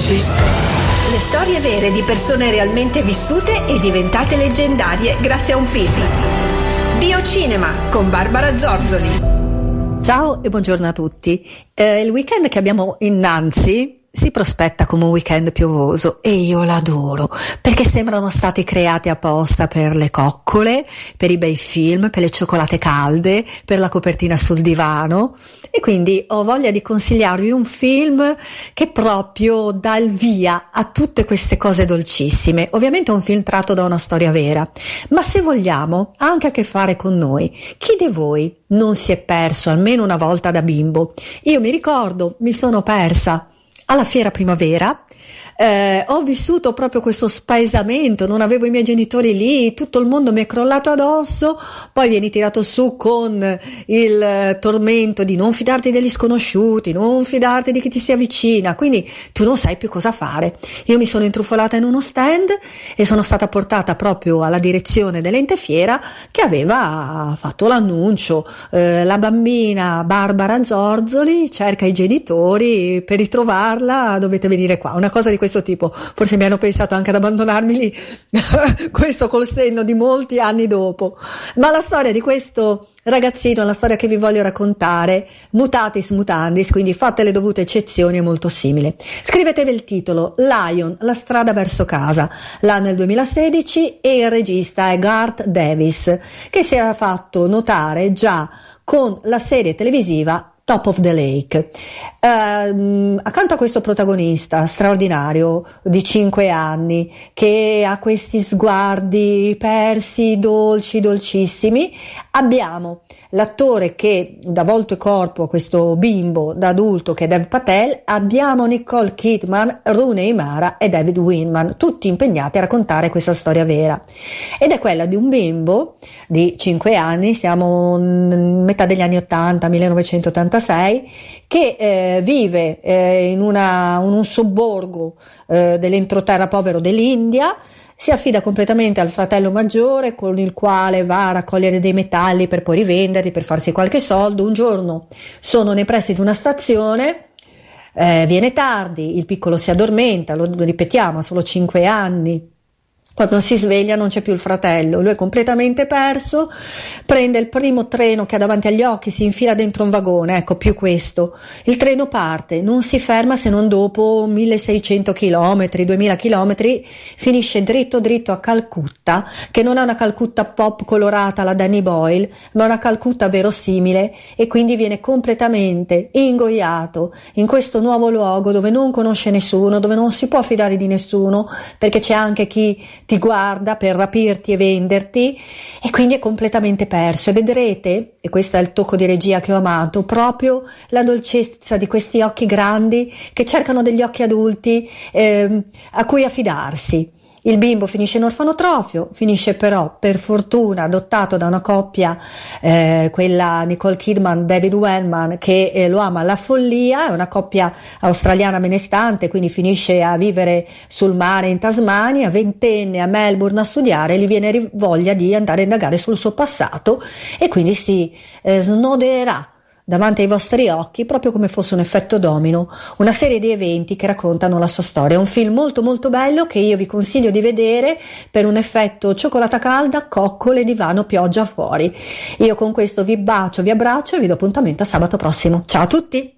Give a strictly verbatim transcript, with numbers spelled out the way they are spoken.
She said. Le storie vere di persone realmente vissute e diventate leggendarie grazie a un film. Biocinema con Barbara Zorzoli. Ciao e buongiorno a tutti. Eh, il weekend che abbiamo innanzi si prospetta come un weekend piovoso e io l'adoro perché sembrano stati creati apposta per le coccole, per i bei film, per le cioccolate calde, per la copertina sul divano, e quindi ho voglia di consigliarvi un film che proprio dà il via a tutte queste cose dolcissime. Ovviamente è un film tratto da una storia vera, ma se vogliamo ha anche a che fare con noi. Chi di voi non si è perso almeno una volta da bimbo? Io mi ricordo, mi sono persa alla Fiera Primavera. Eh, ho vissuto proprio questo spaesamento, non avevo i miei genitori lì, tutto il mondo mi è crollato addosso, poi vieni tirato su con il eh, tormento di non fidarti degli sconosciuti, non fidarti di chi ti si avvicina, quindi tu non sai più cosa fare. Io mi sono intrufolata in uno stand e sono stata portata proprio alla direzione dell'ente fiera che aveva fatto l'annuncio, eh, la bambina Barbara Zorzoli cerca i genitori, per ritrovarla dovete venire qua, una cosa di questo tipo. Forse mi hanno pensato anche ad abbandonarmi lì questo col senno di molti anni dopo, ma la storia di questo ragazzino è la storia che vi voglio raccontare, mutatis mutandis, quindi fatte le dovute eccezioni, è molto simile. Scrivetevi il titolo Lion, la strada verso casa, l'anno è il duemilasedici e il regista è Garth Davis, che si era fatto notare già con la serie televisiva Top of the Lake. Uh, accanto a questo protagonista straordinario di cinque anni che ha questi sguardi persi, dolci, dolcissimi, abbiamo l'attore che dà volto e corpo a questo bimbo da adulto che è Dev Patel, abbiamo Nicole Kidman, Rooney Mara e David Winman, tutti impegnati a raccontare questa storia vera, ed è quella di un bimbo di cinque anni, siamo in metà degli anni ottanta, millenovecentottantasei, che eh, vive eh, in, una, in un sobborgo eh, dell'entroterra povero dell'India. Si affida completamente al fratello maggiore con il quale va a raccogliere dei metalli per poi rivenderli, per farsi qualche soldo. Un giorno sono nei pressi di una stazione, eh, viene tardi, il piccolo si addormenta, lo, lo ripetiamo, ha solo cinque anni. Quando si sveglia non c'è più il fratello, lui è completamente perso, prende il primo treno che ha davanti agli occhi, si infila dentro un vagone, ecco, più questo. Il treno parte, non si ferma se non dopo milleseicento chilometri, duemila chilometri, finisce dritto dritto a Calcutta, che non è una Calcutta pop colorata alla Danny Boyle, ma una Calcutta verosimile, e quindi viene completamente ingoiato in questo nuovo luogo dove non conosce nessuno, dove non si può fidare di nessuno, perché c'è anche chi ti guarda per rapirti e venderti, e quindi è completamente perso. E vedrete, e questo è il tocco di regia che ho amato, proprio la dolcezza di questi occhi grandi che cercano degli occhi adulti ehm, a cui affidarsi. Il bimbo finisce in orfanotrofio, finisce però per fortuna adottato da una coppia, eh, quella Nicole Kidman, David Wellman, che eh, lo ama alla follia, è una coppia australiana benestante, quindi finisce a vivere sul mare in Tasmania, ventenne a Melbourne a studiare, gli viene voglia di andare a indagare sul suo passato e quindi si eh, snoderà davanti ai vostri occhi, proprio come fosse un effetto domino, una serie di eventi che raccontano la sua storia. È un film molto molto bello che io vi consiglio di vedere per un effetto cioccolata calda, coccole, divano, pioggia fuori. Io con questo vi bacio, vi abbraccio e vi do appuntamento a sabato prossimo. Ciao a tutti!